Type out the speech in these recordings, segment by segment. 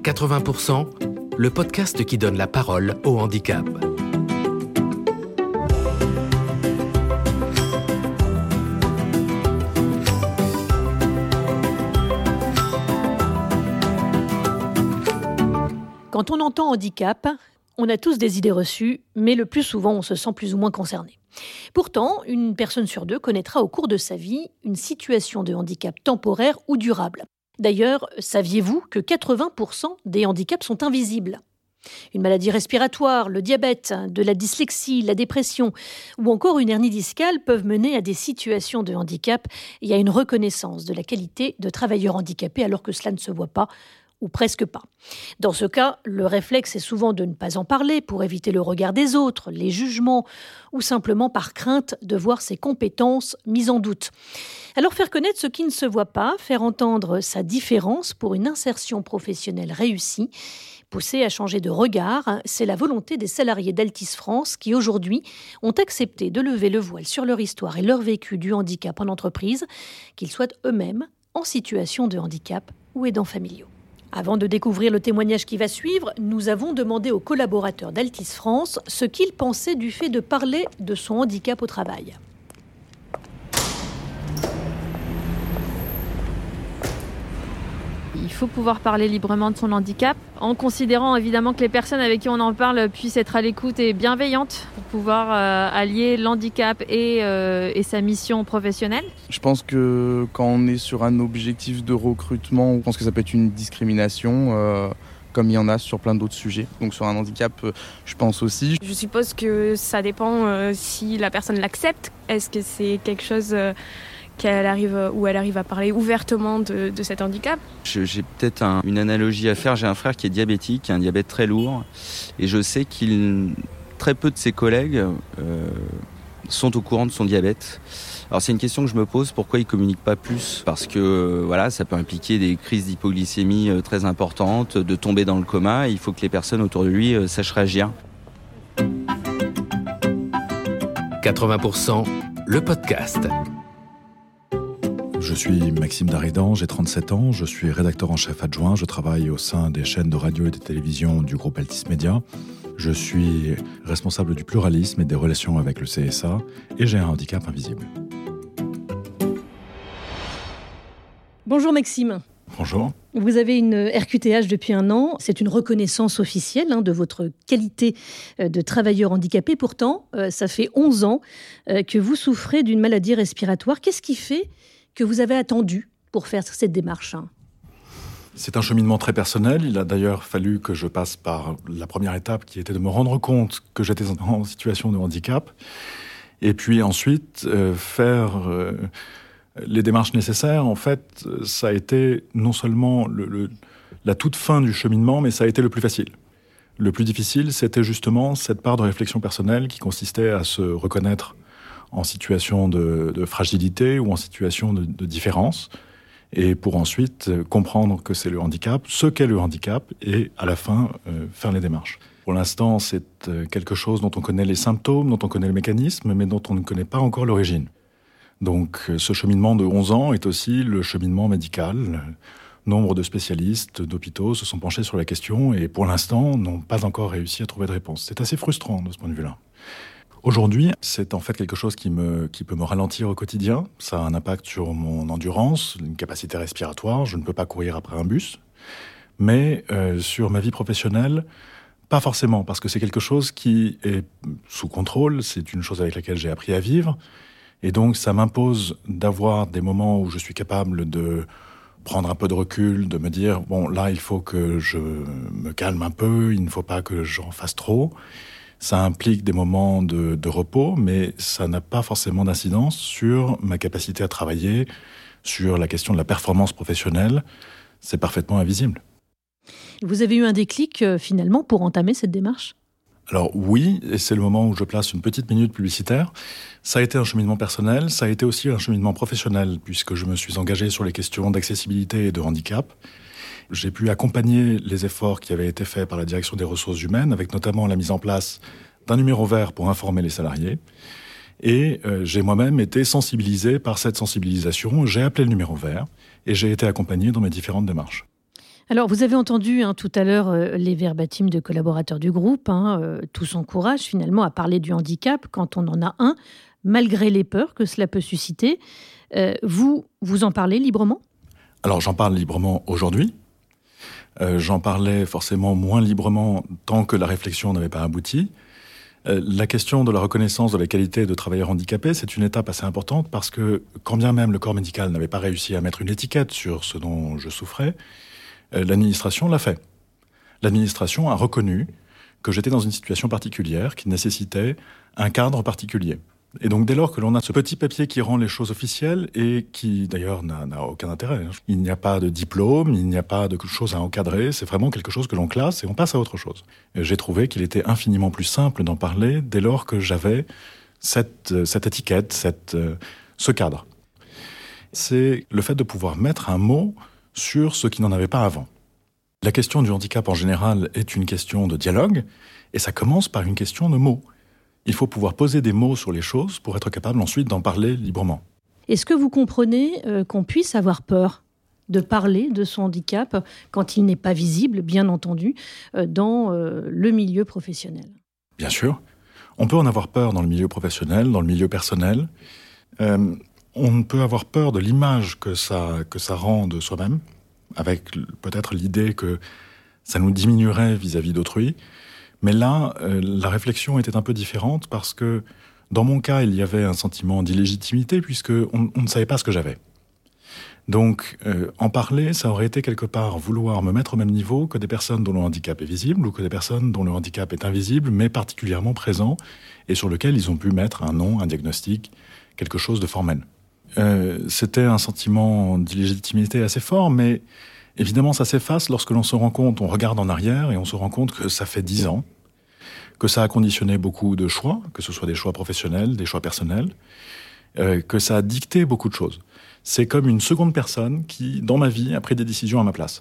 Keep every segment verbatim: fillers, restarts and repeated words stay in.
quatre-vingts pour cent, le podcast qui donne la parole au handicap. Quand on entend handicap, on a tous des idées reçues, mais le plus souvent, on se sent plus ou moins concerné. Pourtant, une personne sur deux connaîtra au cours de sa vie une situation de handicap temporaire ou durable. D'ailleurs, saviez-vous que quatre-vingts pour cent des handicaps sont invisibles ? Une maladie respiratoire, le diabète, de la dyslexie, la dépression ou encore une hernie discale peuvent mener à des situations de handicap et à une reconnaissance de la qualité de travailleur handicapé alors que cela ne se voit pas ou presque pas. Dans ce cas, le réflexe est souvent de ne pas en parler pour éviter le regard des autres, les jugements, ou simplement par crainte de voir ses compétences mises en doute. Alors faire connaître ce qui ne se voit pas, faire entendre sa différence pour une insertion professionnelle réussie, pousser à changer de regard, c'est la volonté des salariés d'Altis France qui aujourd'hui ont accepté de lever le voile sur leur histoire et leur vécu du handicap en entreprise, qu'ils soient eux-mêmes en situation de handicap ou aidants familiaux. Avant de découvrir le témoignage qui va suivre, nous avons demandé aux collaborateurs d'Altis France ce qu'ils pensaient du fait de parler de son handicap au travail. Il faut pouvoir parler librement de son handicap, en considérant évidemment que les personnes avec qui on en parle puissent être à l'écoute et bienveillantes pour pouvoir euh, allier l'handicap et, euh, et sa mission professionnelle. Je pense que quand on est sur un objectif de recrutement, je pense que ça peut être une discrimination, euh, comme il y en a sur plein d'autres sujets. Donc sur un handicap, euh, je pense aussi. Je suppose que ça dépend euh, si la personne l'accepte. Est-ce que c'est quelque chose... Euh, qu'elle arrive, où elle arrive à parler ouvertement de, de cet handicap. Je, j'ai peut-être un, une analogie à faire. J'ai un frère qui est diabétique, qui a un diabète très lourd, et je sais qu'il très peu de ses collègues euh, sont au courant de son diabète. Alors c'est une question que je me pose, pourquoi ils ne communiquent pas plus ? Parce que euh, voilà, ça peut impliquer des crises d'hypoglycémie euh, très importantes, de tomber dans le coma, et il faut que les personnes autour de lui euh, sachent réagir. quatre-vingts pour cent, le podcast. Je suis Maxime Daridan, j'ai trente-sept ans, je suis rédacteur en chef adjoint, je travaille au sein des chaînes de radio et de télévision du groupe Altis Média. Je suis responsable du pluralisme et des relations avec le C S A et j'ai un handicap invisible. Bonjour Maxime. Bonjour. Vous avez une R Q T H depuis un an. C'est une reconnaissance officielle hein, de votre qualité de travailleur handicapé. Pourtant, euh, ça fait onze ans euh, que vous souffrez d'une maladie respiratoire. Qu'est-ce qui fait que vous avez attendu pour faire cette démarche ? C'est un cheminement très personnel. Il a d'ailleurs fallu que je passe par la première étape qui était de me rendre compte que j'étais en situation de handicap. Et puis ensuite, euh, faire euh, les démarches nécessaires. En fait, ça a été non seulement le, le, la toute fin du cheminement, mais ça a été le plus facile. Le plus difficile, c'était justement cette part de réflexion personnelle qui consistait à se reconnaître en situation de, de fragilité ou en situation de, de différence, et pour ensuite comprendre que c'est le handicap, ce qu'est le handicap, et à la fin, euh, faire les démarches. Pour l'instant, c'est quelque chose dont on connaît les symptômes, dont on connaît le mécanisme, mais dont on ne connaît pas encore l'origine. Donc ce cheminement de onze ans est aussi le cheminement médical. Nombre de spécialistes d'hôpitaux se sont penchés sur la question et pour l'instant n'ont pas encore réussi à trouver de réponse. C'est assez frustrant de ce point de vue-là. Aujourd'hui, c'est en fait quelque chose qui, me, qui peut me ralentir au quotidien. Ça a un impact sur mon endurance, une capacité respiratoire. Je ne peux pas courir après un bus. Mais euh, sur ma vie professionnelle, pas forcément, parce que c'est quelque chose qui est sous contrôle. C'est une chose avec laquelle j'ai appris à vivre. Et donc, ça m'impose d'avoir des moments où je suis capable de prendre un peu de recul, de me dire, bon, là, il faut que je me calme un peu, il ne faut pas que j'en fasse trop. Ça implique des moments de, de repos, mais ça n'a pas forcément d'incidence sur ma capacité à travailler, sur la question de la performance professionnelle. C'est parfaitement invisible. Vous avez eu un déclic, euh, finalement, pour entamer cette démarche ? Alors oui, et c'est le moment où je place une petite minute publicitaire. Ça a été un cheminement personnel, ça a été aussi un cheminement professionnel, puisque je me suis engagé sur les questions d'accessibilité et de handicap. J'ai pu accompagner les efforts qui avaient été faits par la direction des ressources humaines, avec notamment la mise en place d'un numéro vert pour informer les salariés. Et euh, j'ai moi-même été sensibilisé par cette sensibilisation. J'ai appelé le numéro vert et j'ai été accompagné dans mes différentes démarches. Alors, vous avez entendu hein, tout à l'heure euh, les verbatims de collaborateurs du groupe. Hein, euh, tous encouragent finalement à parler du handicap quand on en a un, malgré les peurs que cela peut susciter. Euh, vous, vous en parlez librement ? Alors, j'en parle librement aujourd'hui. Euh, j'en parlais forcément moins librement tant que la réflexion n'avait pas abouti. Euh, la question de la reconnaissance de la qualité de travailleur handicapé, c'est une étape assez importante parce que, quand bien même le corps médical n'avait pas réussi à mettre une étiquette sur ce dont je souffrais, euh, l'administration l'a fait. L'administration a reconnu que j'étais dans une situation particulière qui nécessitait un cadre particulier. Et donc, dès lors que l'on a ce petit papier qui rend les choses officielles et qui, d'ailleurs, n'a, n'a aucun intérêt. Il n'y a pas de diplôme, il n'y a pas de chose à encadrer, c'est vraiment quelque chose que l'on classe et on passe à autre chose. Et j'ai trouvé qu'il était infiniment plus simple d'en parler dès lors que j'avais cette, cette étiquette, cette, ce cadre. C'est le fait de pouvoir mettre un mot sur ce qui n'en avait pas avant. La question du handicap en général est une question de dialogue et ça commence par une question de mots. Il faut pouvoir poser des mots sur les choses pour être capable ensuite d'en parler librement. Est-ce que vous comprenez euh, qu'on puisse avoir peur de parler de son handicap quand il n'est pas visible, bien entendu, euh, dans euh, le milieu professionnel ? Bien sûr. On peut en avoir peur dans le milieu professionnel, dans le milieu personnel. Euh, on peut avoir peur de l'image que ça, que ça rend de soi-même, avec peut-être l'idée que ça nous diminuerait vis-à-vis d'autrui. Mais là, euh, la réflexion était un peu différente parce que, dans mon cas, il y avait un sentiment d'illégitimité puisqu'on on ne savait pas ce que j'avais. Donc, euh, en parler, ça aurait été quelque part vouloir me mettre au même niveau que des personnes dont le handicap est visible ou que des personnes dont le handicap est invisible, mais particulièrement présent et sur lequel ils ont pu mettre un nom, un diagnostic, quelque chose de formel. Euh, c'était un sentiment d'illégitimité assez fort, mais évidemment, ça s'efface lorsque l'on se rend compte, on regarde en arrière et on se rend compte que ça fait dix ans, que ça a conditionné beaucoup de choix, que ce soit des choix professionnels, des choix personnels, euh, que ça a dicté beaucoup de choses. C'est comme une seconde personne qui, dans ma vie, a pris des décisions à ma place.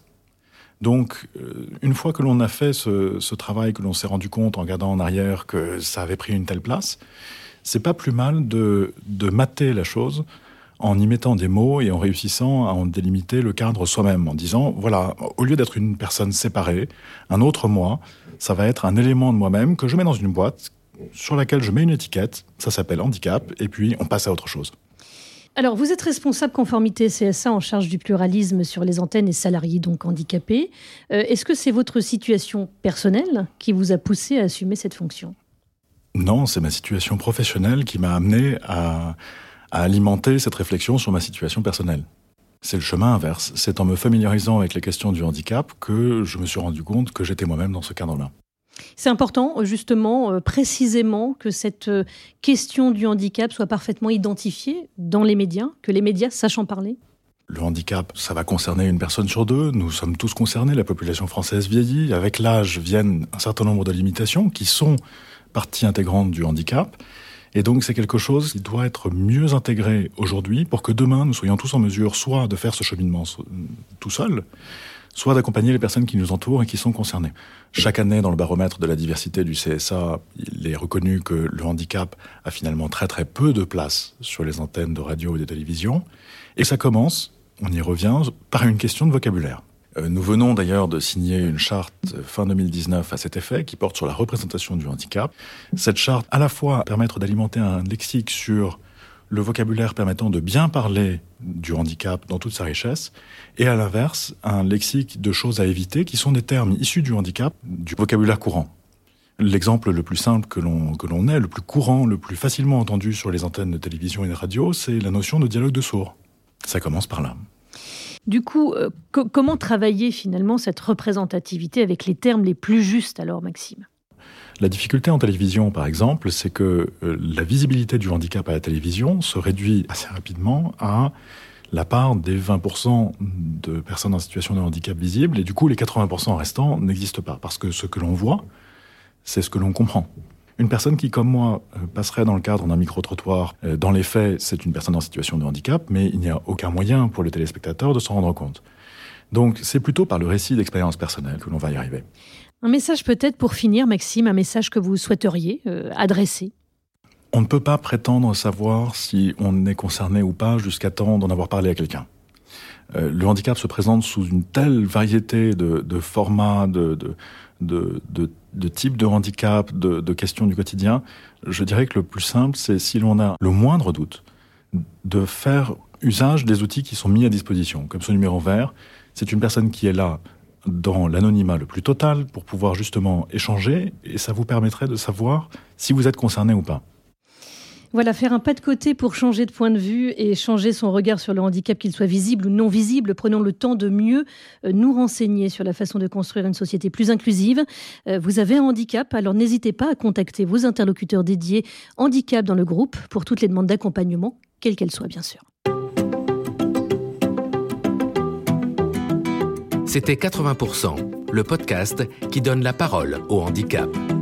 Donc, euh, une fois que l'on a fait ce, ce travail, que l'on s'est rendu compte en regardant en arrière que ça avait pris une telle place, c'est pas plus mal de, de mater la chose en y mettant des mots et en réussissant à en délimiter le cadre soi-même, en disant, voilà, au lieu d'être une personne séparée, un autre moi, ça va être un élément de moi-même que je mets dans une boîte sur laquelle je mets une étiquette, ça s'appelle handicap, et puis on passe à autre chose. Alors, vous êtes responsable conformité C S A en charge du pluralisme sur les antennes et salariés donc handicapés. Euh, est-ce que c'est votre situation personnelle qui vous a poussé à assumer cette fonction ? Non, c'est ma situation professionnelle qui m'a amené à... à alimenter cette réflexion sur ma situation personnelle. C'est le chemin inverse. C'est en me familiarisant avec les questions du handicap que je me suis rendu compte que j'étais moi-même dans ce cadre-là. C'est important, justement, euh, précisément, que cette euh, question du handicap soit parfaitement identifiée dans les médias, que les médias sachent en parler. Le handicap, ça va concerner une personne sur deux. Nous sommes tous concernés. La population française vieillit. Avec l'âge viennent un certain nombre de limitations qui sont partie intégrante du handicap. Et donc, c'est quelque chose qui doit être mieux intégré aujourd'hui pour que demain, nous soyons tous en mesure soit de faire ce cheminement tout seul, soit d'accompagner les personnes qui nous entourent et qui sont concernées. Chaque année, dans le baromètre de la diversité du C S A, il est reconnu que le handicap a finalement très très peu de place sur les antennes de radio et de télévision. Et ça commence, on y revient, par une question de vocabulaire. Nous venons d'ailleurs de signer une charte fin deux mille dix-neuf à cet effet qui porte sur la représentation du handicap. Cette charte, à la fois, permettre d'alimenter un lexique sur le vocabulaire permettant de bien parler du handicap dans toute sa richesse, et à l'inverse, un lexique de choses à éviter qui sont des termes issus du handicap, du vocabulaire courant. L'exemple le plus simple que l'on, que l'on ait, le plus courant, le plus facilement entendu sur les antennes de télévision et de radio, c'est la notion de dialogue de sourds. Ça commence par là. Du coup, euh, co- comment travailler finalement cette représentativité avec les termes les plus justes alors, Maxime ? La difficulté en télévision, par exemple, c'est que euh, la visibilité du handicap à la télévision se réduit assez rapidement à la part des vingt pour cent de personnes en situation de handicap visible, et du coup, les quatre-vingts pour cent restants n'existent pas, parce que ce que l'on voit, c'est ce que l'on comprend. Une personne qui, comme moi, passerait dans le cadre d'un micro-trottoir, dans les faits, c'est une personne en situation de handicap, mais il n'y a aucun moyen pour le téléspectateur de s'en rendre compte. Donc, c'est plutôt par le récit d'expérience personnelle que l'on va y arriver. Un message peut-être pour finir, Maxime, un message que vous souhaiteriez euh, adresser. On ne peut pas prétendre savoir si on est concerné ou pas jusqu'à temps d'en avoir parlé à quelqu'un. Euh, le handicap se présente sous une telle variété de, de formats, de, de, de, de, de types de handicap, de, de questions du quotidien. Je dirais que le plus simple, c'est si l'on a le moindre doute, de faire usage des outils qui sont mis à disposition. Comme ce numéro vert, c'est une personne qui est là dans l'anonymat le plus total pour pouvoir justement échanger, et ça vous permettrait de savoir si vous êtes concerné ou pas. Voilà, faire un pas de côté pour changer de point de vue et changer son regard sur le handicap, qu'il soit visible ou non visible. Prenons le temps de mieux nous renseigner sur la façon de construire une société plus inclusive. Vous avez un handicap, alors n'hésitez pas à contacter vos interlocuteurs dédiés handicap dans le groupe pour toutes les demandes d'accompagnement, quelles qu'elles soient bien sûr. C'était quatre-vingts pour cent, le podcast qui donne la parole au handicap.